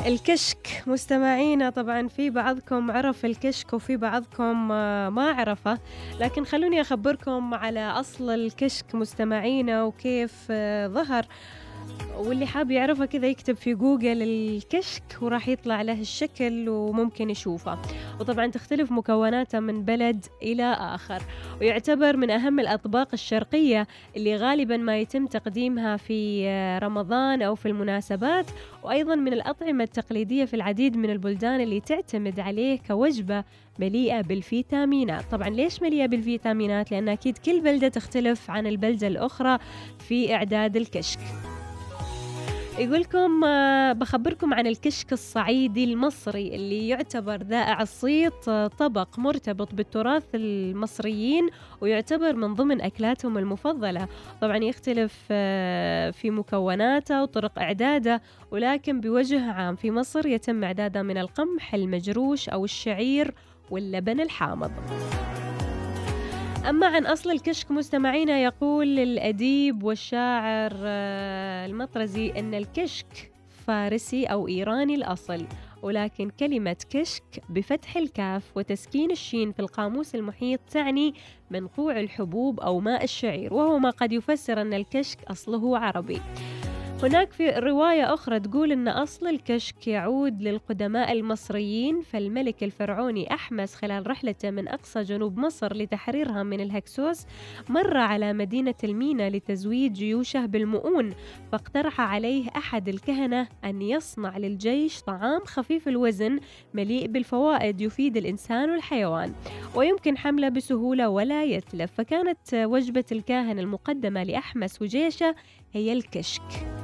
الكشك مستمعينا، طبعا في بعضكم عرف الكشك وفي بعضكم ما عرفه، لكن خلوني أخبركم على أصل الكشك مستمعينا وكيف ظهر. واللي حاب يعرفه كذا يكتب في جوجل الكشك وراح يطلع له الشكل وممكن يشوفه. وطبعا تختلف مكوناته من بلد إلى آخر، ويعتبر من أهم الأطباق الشرقية اللي غالبا ما يتم تقديمها في رمضان أو في المناسبات، وأيضا من الأطعمة التقليدية في العديد من البلدان اللي تعتمد عليه كوجبة مليئة بالفيتامينات. طبعا ليش مليئة بالفيتامينات؟ لأن أكيد كل بلدة تختلف عن البلدة الأخرى في إعداد الكشك. يقولكم بخبركم عن الكشك الصعيدي المصري اللي يعتبر ذائع الصيت، طبق مرتبط بالتراث المصريين ويعتبر من ضمن أكلاتهم المفضلة. طبعا يختلف في مكوناته وطرق إعداده، ولكن بوجه عام في مصر يتم إعداده من القمح المجروش أو الشعير واللبن الحامض. أما عن أصل الكشك مستمعينا، يقول الأديب والشاعر المطرزي أن الكشك فارسي أو إيراني الأصل، ولكن كلمة كشك بفتح الكاف وتسكين الشين في القاموس المحيط تعني منقوع الحبوب أو ماء الشعير، وهو ما قد يفسر أن الكشك أصله عربي. هناك في رواية أخرى تقول أن أصل الكشك يعود للقدماء المصريين، فالملك الفرعوني أحمس خلال رحلته من أقصى جنوب مصر لتحريرها من الهكسوس مر على مدينة المينا لتزويد جيوشه بالمؤون، فاقترح عليه أحد الكهنة أن يصنع للجيش طعام خفيف الوزن مليء بالفوائد يفيد الإنسان والحيوان ويمكن حمله بسهولة ولا يتلف، فكانت وجبة الكاهن المقدمة لأحمس وجيشه هي الكشك،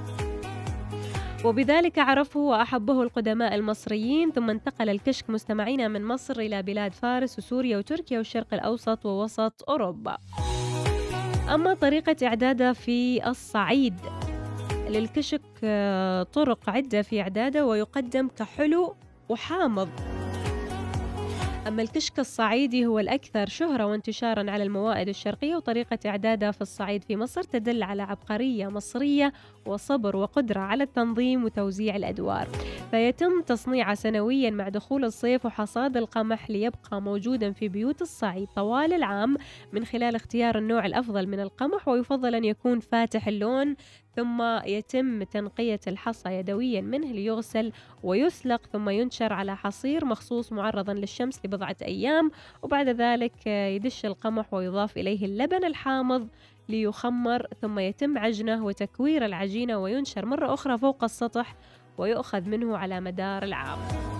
وبذلك عرفه وأحبه القدماء المصريين. ثم انتقل الكشك مستمعينا من مصر إلى بلاد فارس وسوريا وتركيا والشرق الأوسط ووسط أوروبا. أما طريقة إعداده في الصعيد، للكشك طرق عدة في إعداده ويقدم كحلو وحامض. أما الكشك الصعيدي هو الأكثر شهرة وانتشاراً على الموائد الشرقية، وطريقة إعدادها في الصعيد في مصر تدل على عبقرية مصرية وصبر وقدرة على التنظيم وتوزيع الأدوار، فيتم تصنيعه سنوياً مع دخول الصيف وحصاد القمح ليبقى موجوداً في بيوت الصعيد طوال العام من خلال اختيار النوع الأفضل من القمح، ويفضل أن يكون فاتح اللون، ثم يتم تنقية الحصى يدوياً منه ليغسل ويسلق، ثم ينشر على حصير مخصوص معرضاً للشمس لبضعة أيام، وبعد ذلك يدش القمح ويضاف إليه اللبن الحامض ليخمر، ثم يتم عجنه وتكوير العجينة وينشر مرة أخرى فوق السطح ويؤخذ منه على مدار العام.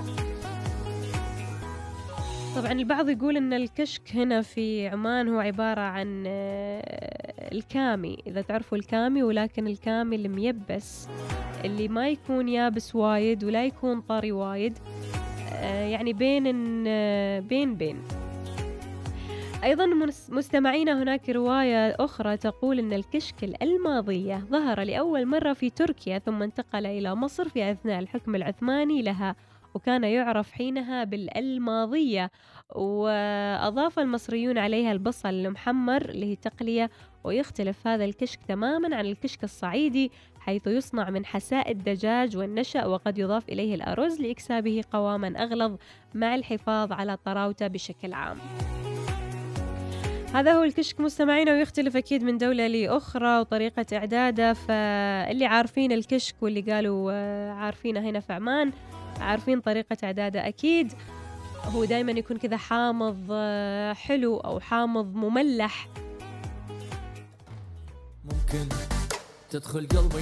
طبعا البعض يقول أن الكشك هنا في عمان هو عبارة عن الكامي، إذا تعرفوا الكامي، ولكن الكامي الميبس اللي ما يكون يابس وايد ولا يكون طري وايد، يعني بين. أيضا مستمعينا، هناك رواية أخرى تقول أن الكشك الألماظية ظهر لأول مرة في تركيا ثم انتقل إلى مصر في أثناء الحكم العثماني لها، وكان يعرف حينها بالألماظية، وأضاف المصريون عليها البصل المحمر اللي هي تقلية. ويختلف هذا الكشك تماما عن الكشك الصعيدي، حيث يصنع من حساء الدجاج والنشأ، وقد يضاف إليه الأرز لإكسابه قواما أغلظ مع الحفاظ على طراوته بشكل عام. هذا هو الكشك مستمعينا، ويختلف أكيد من دولة لأخرى وطريقة إعداده، فاللي عارفين الكشك واللي قالوا عارفينه هنا في عمان عارفين طريقة إعداده أكيد. هو دايما يكون كذا حامض حلو أو حامض مملح. ممكن تدخل قلبي